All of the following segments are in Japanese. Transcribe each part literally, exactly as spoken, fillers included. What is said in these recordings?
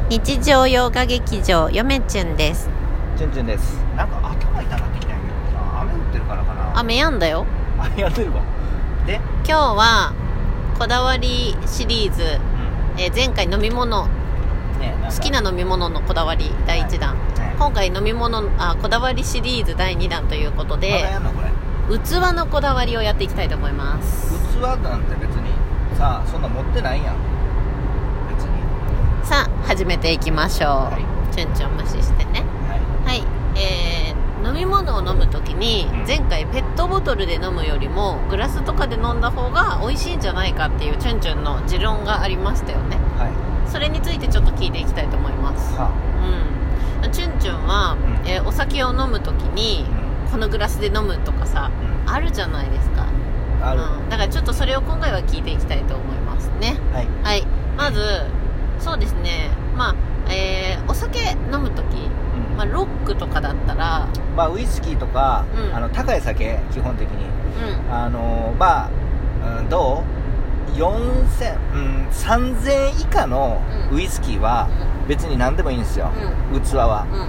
日常洋画劇場よめちゅんです。 ちゅんちゅんです。なんか頭痛なってきたんやけどさ、雨降ってるからかな。 雨やんだよ。 雨やってるか。で今日はこだわりシリーズ、うんえー、前回飲み物、ね、好きな飲み物のこだわりだいいちだん、はいはい、今回飲み物あこだわりシリーズだいにだんということで、 まだやんのこれ器のこだわりをやっていきたいと思います。 器なんて別にさあそんな持ってないやん別に。 さあ始めていきましょう、はい、ちゅんちゅん無視してね。はい、はいえー、飲み物を飲むときに、うん、前回ペットボトルで飲むよりもグラスとかで飲んだ方が美味しいんじゃないかっていうちゅんちゅんの持論がありましたよね。はい、それについてちょっと聞いていきたいと思います。はあ、うん、ちゅんちゅんは、うんえー、お酒を飲むときに、うん、このグラスで飲むとかさ、うん、あるじゃないですか。ある、うん、だからちょっとそれを今回は聞いていきたいと思いますね。はい、はい、まずそうですね、まあえー、お酒飲むとき、うんまあ、ロックとかだったら、 まあ、ウイスキーとか、うん、あの高い酒基本的に、うん、あのまあ、うん、どうよんせん、うん、さんぜんえん以下のウイスキーは別に何でもいいんですよ、うん、器は、うん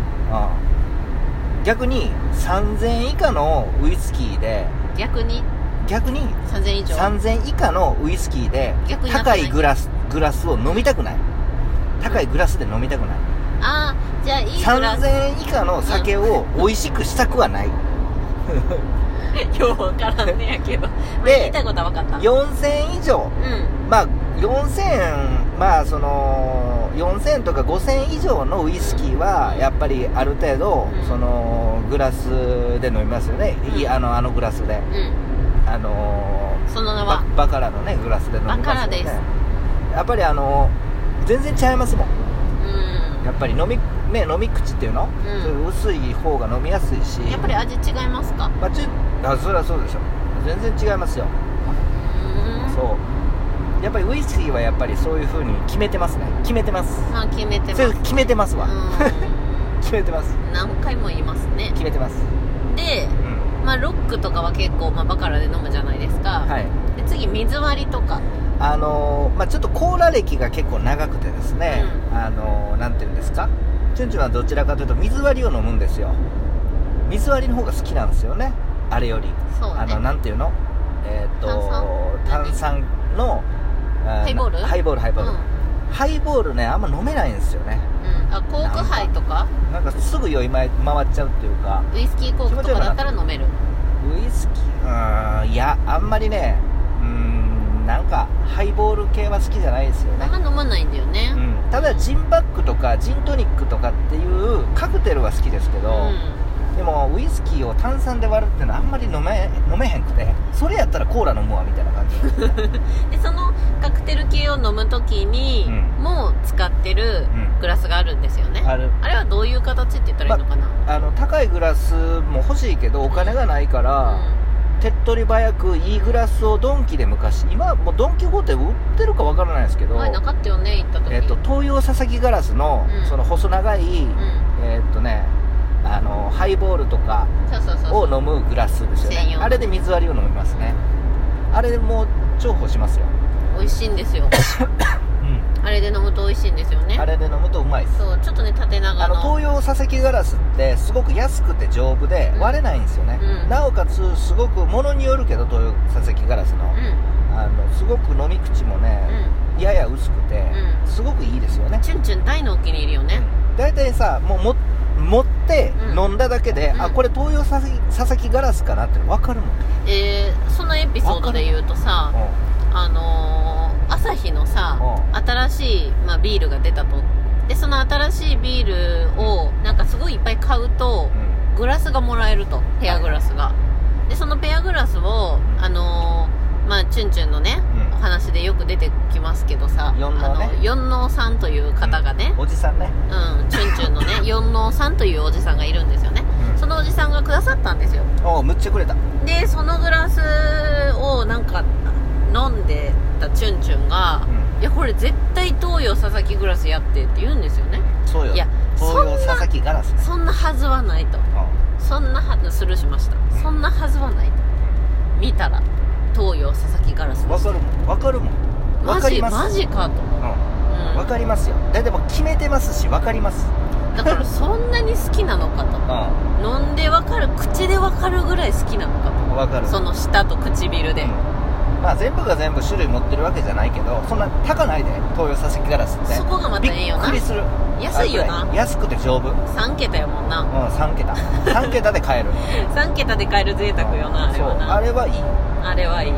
うん、逆にさんぜんえん以下のウイスキーで逆に逆にさんぜんえん以上さんぜんえん以下のウイスキーで高いグラスグラスを飲みたくない。高いグラスで飲みたくない。 あーじゃあいいグラスさんぜんえん以下の酒を美味しくしたくはない。 よう分からんねやけどで、言いたいことは分かった。 よんせんえん以上、うん、まあよんせんえんまあそのよんせんえんとかごせんえん以上のウイスキーはやっぱりある程度、うん、そのグラスで飲みますよね、うん、あのあのグラスで、うん、あのー、 その名はバカラのねグラスで飲みますよね。 バカラです。 やっぱりあの全然違いますもん、うん、やっぱり飲み、ね、飲み口っていうの、うん、薄い方が飲みやすいし。 やっぱり味違いますか。 まあ、ちあそれはそうでしょ。全然違いますよ。うんそうやっぱりウイスキーはやっぱりそういう風に決めてますね。決めてます。 あ決めてます、ね、 決めてますわ決めてます。 何回も言いますね。 決めてます。 で、うんまあ、ロックとかは結構、まあ、バカラで飲むじゃないですか、はい、で次水割りとかあのーまあ、ちょっとコーラ歴が結構長くてですね、うん、あのー、なんていうんですか、チュンチュンはどちらかというと水割りを飲むんですよ。水割りの方が好きなんですよね、あれより。そうね、あのなんていうの、えー、っと炭酸、炭酸のハイボールハイボールハイボール、うん、ハイボールねあんま飲めないんですよね、 うん、あコークハイとかなんかすぐ酔い回っちゃうっていうか。 ウイスキーコークとかだったら飲める。 ウイスキーうーんいやあんまりねうーんなんかハイボール系は好きじゃないですよね。 あんま飲まないんだよね、 うん、ただジンバックとかジントニックとかっていうカクテルは好きですけど、うん、でもウイスキーを炭酸で割るっていうのはあんまり飲め、飲めへんくて、それやったらコーラ飲むわみたいな感じでそのカクテル系を飲むときに、うん、もう使ってるグラスがあるんですよね、うん、ある。あれはどういう形って言ったらいいのかな、 まあの高いグラスも欲しいけどお金がないから、うん手っ取り早くいいグラスをドンキで昔、今もうドンキホーテ売ってるかわからないですけど、 前なかったよね行った時、 えー、と東洋佐々木ガラスの、うん、その細長い、うん、えー、っとねあのハイボールとかを飲むグラスですよね。あれで水割りを飲みますね。あれでもう重宝しますよ。 美味しいんですよ、うん、あれで飲むと美味しいんですよね。 あれで飲むとうまいです。 そうちょっとね縦長の、 あの東洋佐々木ガラスってすごく安くて丈夫で割れないんですよね、うん、なおかつすごくものによるけど東洋佐々木ガラスの、うん、あのすごく飲み口もね、うん、やや薄くて、うん、すごくいいですよね。 チュンチュン大のお気に入りよね、 うん、だいたいさもうも持って飲んだだけで、うん、あこれ東洋佐々木ガラスかなって分かるもん。 えー、そのエピソードで言うとさ、あのー、アサヒのさ新しい、まあ、ビールが出たと。でその新しいビールをなんかすごいいっぱい買うと、うん、グラスがもらえると、ペアグラスが。でそのペアグラスを、あのー、まあチュンチュンのね、うん、お話でよく出てきますけどさ、 四能ね、 あの四能さんという方がね、 うん、おじさんね、 うん、チュンチュンのね四能さんというおじさんがいるんですよね、うん、そのおじさんがくださったんですよ。 おむっちゃくれた。 でそのグラスをなんか飲んでたチュンチュンが、うん、いやこれ絶対東洋佐々木グラスやってって言うんですよね。 そうよ、いや東洋佐々木ガラス、ね、 そんなはずはないと、うん、そんなはずスルーしました、うん、そんなはずはないと、うん、見たら東洋佐々木ガラスわかるもんわかるもんマジマジかと、うん、 分かりますよ。ででも決めてますし分かります。 だからそんなに好きなのかと、うん、飲んで分かる、口で分かるぐらい好きなのかと。 分かる。 その舌と唇で、うん、 まあ全部が全部種類持ってるわけじゃないけど、そんな高ないで東洋佐々木ガラスって。 そこがまたいいよな。 びっくりする。 安いよな。 安くて丈夫。 さん桁やもんな。 うん、さん桁さん桁で買えるさん桁で買える贅沢よな、うん、あれはな。 そう、あれはいい。 あれはいい、うん、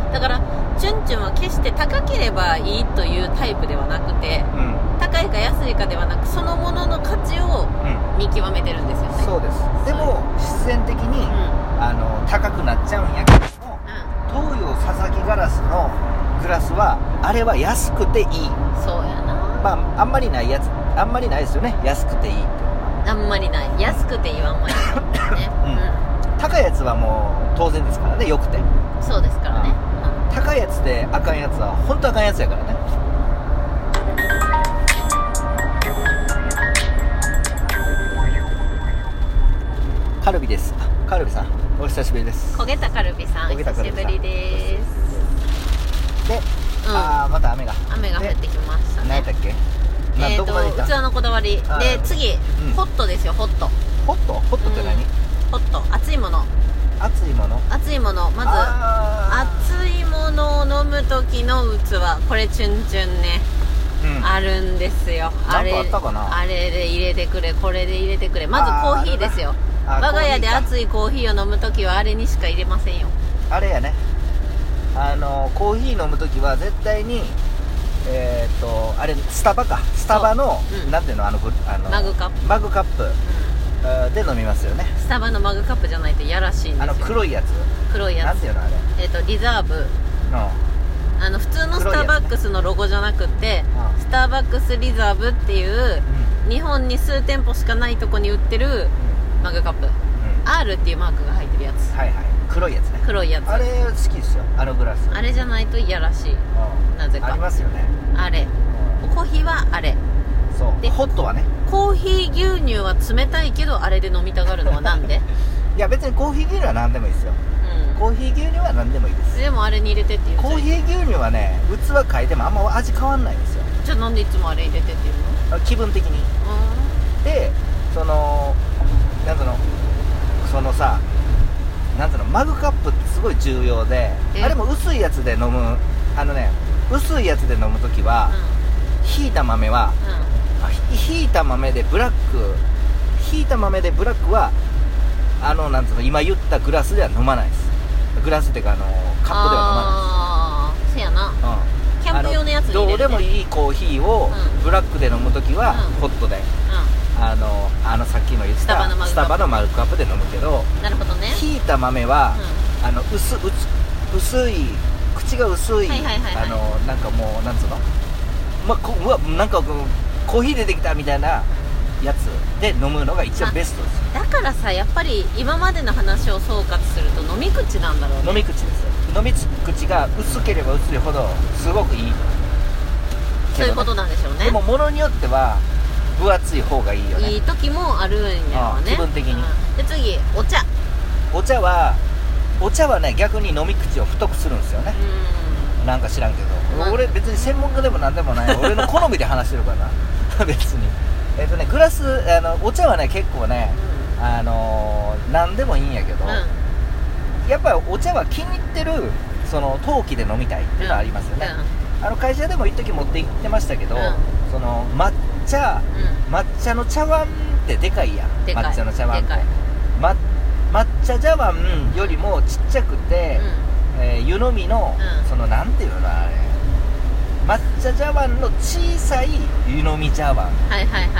だからチュンチュンは決して高ければいいというタイプではなくて、うん、高いか安いかではなく、そのものの価値を見極めてるんですよね、うん、 そうです。でも必然的に、うん、あの高くなっちゃうんやけども、うん、東洋佐々木ガラスのグラスはあれは安くていい。 そうやな。 まああんまりないやつ、あんまりないですよね、安くていいっていうのは。 あんまりない。安くていいはあんまりないね、うんうん、高いやつはもう当然ですからね、よくて。 そうですからね、 うん、高いやつであかんやつは本当あかんやつやからね。カルビです。カルビさんお久しぶりです。 焦げたカルビさん、久しぶりです。 で、うん、あーまた雨が雨が降ってきましたね。 何やったっけ。 えーと器のこだわりで、次、うん、ホットですよ。ホットホットホットって何、うん、 ホット、熱いもの。 熱いもの熱いもの。まず熱いものを飲む時の器、これチュンチュンね、うん、あるんですよ。あれ、 なんかあったかな。 あれで入れてくれ、これで入れてくれ。まずコーヒーですよ。我が家で熱いコーヒーを飲むときはあれにしか入れませんよ。 あれやね、あのコーヒー飲むときは絶対にえー、っとあれスタバか、スタバの、うん、なんていうの、あのあのマグカップマグカップ、うん、で飲みますよね。 スタバのマグカップじゃないとやらしいんですよ。 あの黒いやつ、 黒いやつなんていうのあれ、 えー、っとリザーブの、あの普通のスターバックスのロゴじゃなくて、ね、スターバックスリザーブっていう、うん、日本に数店舗しかないとこに売ってるマグカップ、うん、アール っていうマークが入ってるやつ。 はいはい、黒いやつね。 黒いやつ、 あれ好きですよ、あのグラス。 あれじゃないといやらしい、うん、なぜかありますよね、 あれ、うん、コーヒーはあれ。 そうでホットはね、 コーヒー牛乳は冷たいけどあれで飲みたがるのはなんでいや別にコーヒー牛乳は何でもいいですよ、うん、コーヒー牛乳は何でもいいです。 でもあれに入れてっていう。 コーヒー牛乳はね、器変えてもあんま味変わんないんですよ。 じゃあなんでいつもあれ入れてっていうの。 気分的に、うん、でそのなんつうの、そのさ、なんつうの、マグカップってすごい重要で、あれも薄いやつで飲む、あのね、薄いやつで飲むときは、うん、ひいた豆は、うん、ひいた豆でブラック、ひいた豆でブラックはあのなんつうの、今言ったグラスでは飲まないです。グラスっていうか、あのカップでは飲まないです。 ああ、せやな、うん、キャンプ用のやつに入れる、ね、 どうでもいいコーヒーをブラックで飲むときは、うん、ホットで、うん、あのあのさっきの言ったスタバのマグカップ、スタバのマグカップで飲むけど、 なるほどね。 ひいた豆は、うん、あの 薄, 薄い口が薄い、あのなんかもうなんつうの、まあ、こうわなんかコーヒー出てきたみたいなやつで飲むのが一番ベストです。 だからさ、やっぱり今までの話を総括すると飲み口なんだろうね。 飲み口ですよ。飲み口が薄ければ薄いほどすごくいい、ね、 そういうことなんでしょうね。 でも物によっては分厚い方がいいよね。 いい時もあるんやろうね、 気分的に、 うん、で次お茶。 お茶はお茶はね、逆に飲み口を太くするんですよね。うん、なんか知らんけど、まあ、俺別に専門家でもなんでもない俺の好みで話してるから別にえっとねグラス、あのお茶はね結構ね、うん、あのー、何でもいいんやけど、うん、やっぱりお茶は気に入ってるその陶器で飲みたいっていうのはありますよね、うん、あの会社でも一時持って行ってましたけど、うん、その抹茶、うん、抹茶の茶碗ってでかいやん。抹茶の茶碗って、ま、抹茶茶碗よりもちっちゃくて、うん、えー、湯飲みの、うん、そのなんていうのあれ、抹茶茶碗の小さい湯飲み茶碗の、はいはいはいはい、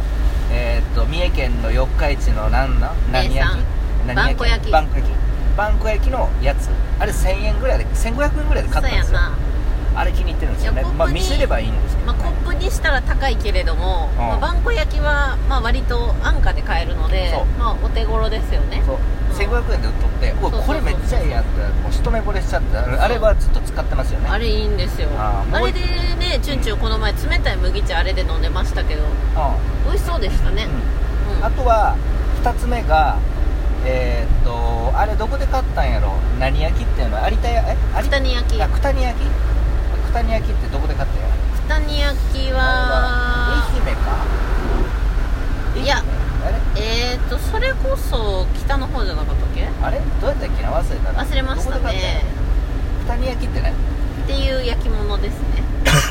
えー、っと三重県の四日市の何な何焼き何焼きバンコ焼きバンコ焼きバンコ焼きのやつ、あれせんえんぐらいでせんごひゃくえんぐらいで買ったんですよ。あれ気に入ってるんですよね。まあ見せればいいんですけど、ね、 まあ、コップにしたら高いけれども、うん、まあ、バンコ焼きはまあ割と安価で買えるので、まあお手頃ですよね。そう、 うん、せんごひゃくえんで売っとって、うわこれめっちゃいいやって、もう一目惚れしちゃって、あれはずっと使ってますよね。 あれいいんですよ。 あ, あれでね、チュンチュンこの前冷たい麦茶あれで飲んでましたけど、美味しそうでしたね、 うんうん、あとはふたつめがえー、っとあれどこで買ったんやろ、何焼きっていうのは有田屋、え九谷焼き、 あ九谷焼き九谷焼きってどこで買ったんや。 九谷焼は愛媛か。 いやあれえーとそれこそ北の方じゃなかったっけ。 あれどうやったっけな、忘れたな。 忘れましたね。 九谷焼ってねっていう焼き物ですね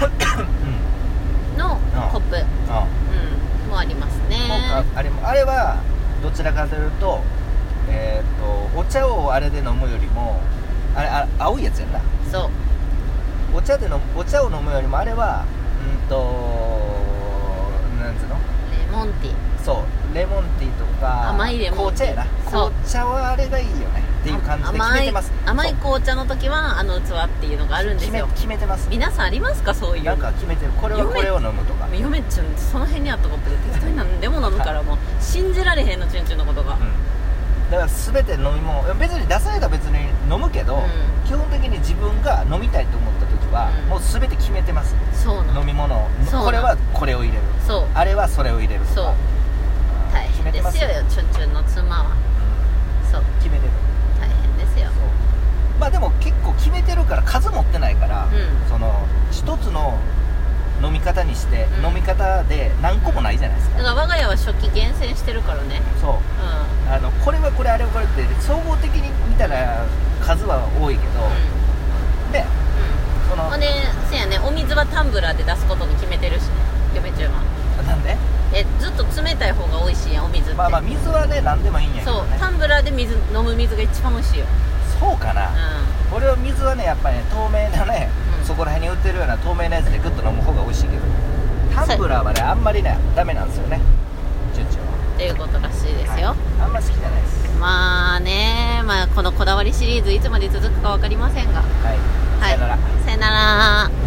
うんのコップ、うんうんもありますね。 あれもあれはどちらかというと、えー、とお茶をあれで飲むよりもあれあ青いやつやんな。 そうお茶でのお茶を飲むよりもあれはうんとなんつうのレモンティー。 そうレモンティーとか甘いレモンティー。 紅茶やな。 そう紅茶はあれがいいよねっていう感じで決めてます。 甘い、甘い紅茶の時はあの器っていうのがあるんですよ。 決め、決めてます。 皆さんありますかそういうなんか決めてる。これはこれを飲むとか。 嫁ちゃんその辺にあったコップで適当に何でも飲むからもう信じられへんのチュンチュンのことが、うん、 だから全て飲み物別に出されたら別に飲むけど、うん、基本的に自分が飲みたいと思った時は、うん、もう全て決めてます。 そうな飲み物をこれはこれを入れる。 そうあれはそれを入れるとか。 そう大変ですよチュンチュンの妻は、うん、そう決めてる。 大変ですよ。 まあでも結構決めてるから数持ってないから、うん、その一つの飲み方にして、うん、飲み方で何個もないじゃないですか。 だから我が家は初期厳選してるからね。 そう、うん、あのこれはこれあれはこれって総合的に見たら数は多いけど、うん、で、うん、そのほんでせやねお水はタンブラーで出すことに決めてるしね嫁中は。 なんでえずっと冷たい方が美味しいやんお水って。 まあまあ水はね何でもいいんやけどね。 そうタンブラーで水飲む水が一番美味しいよ。 そうかな、うん、俺は水はねやっぱり、ね、透明なね、うん、そこら辺に売ってるような透明なやつでグッと飲む方が美味しいけどタンブラーはねあんまりねダメなんですよねチュンチュンはっていうことらしいですよ、 はい、あんま好きじゃないです。 まあね、まあ、このこだわりシリーズいつまで続くか分かりませんが、 はい、はい、さよならさよなら。